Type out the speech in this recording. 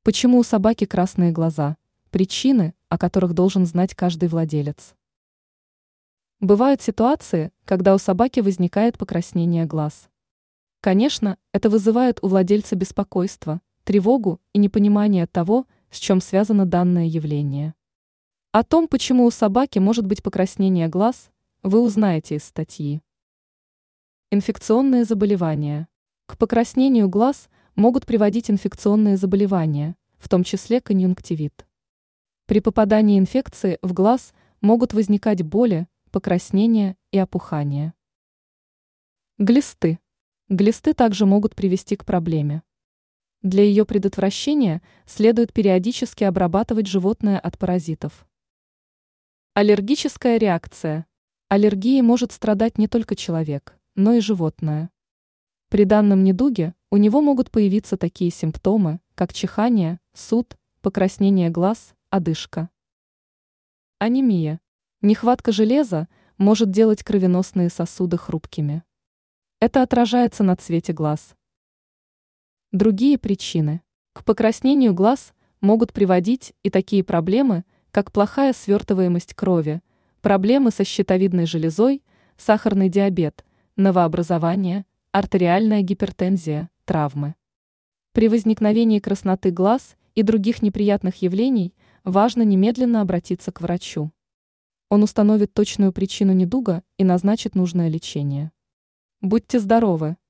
Почему у собаки красные глаза? Причины, о которых должен знать каждый владелец. Бывают ситуации, когда у собаки возникает покраснение глаз. Конечно, это вызывает у владельца беспокойство, тревогу и непонимание того, с чем связано данное явление. О том, почему у собаки может быть покраснение глаз, вы узнаете из статьи. Инфекционные заболевания. К покраснению глаз могут приводить инфекционные заболевания, в том числе конъюнктивит. При попадании инфекции в глаз могут возникать боли, покраснения и опухания. Глисты. Глисты также могут привести к проблеме. Для ее предотвращения следует периодически обрабатывать животное от паразитов. Аллергическая реакция. Аллергией может страдать не только человек, но и животное. При данном недуге у него могут появиться такие симптомы, как чихание, зуд, покраснение глаз, одышка. Анемия. Нехватка железа может делать кровеносные сосуды хрупкими. Это отражается на цвете глаз. Другие причины. К покраснению глаз могут приводить и такие проблемы, как плохая свертываемость крови, проблемы со щитовидной железой, сахарный диабет, новообразование, артериальная гипертензия, травмы. При возникновении красноты глаз и других неприятных явлений важно немедленно обратиться к врачу. Он установит точную причину недуга и назначит нужное лечение. Будьте здоровы!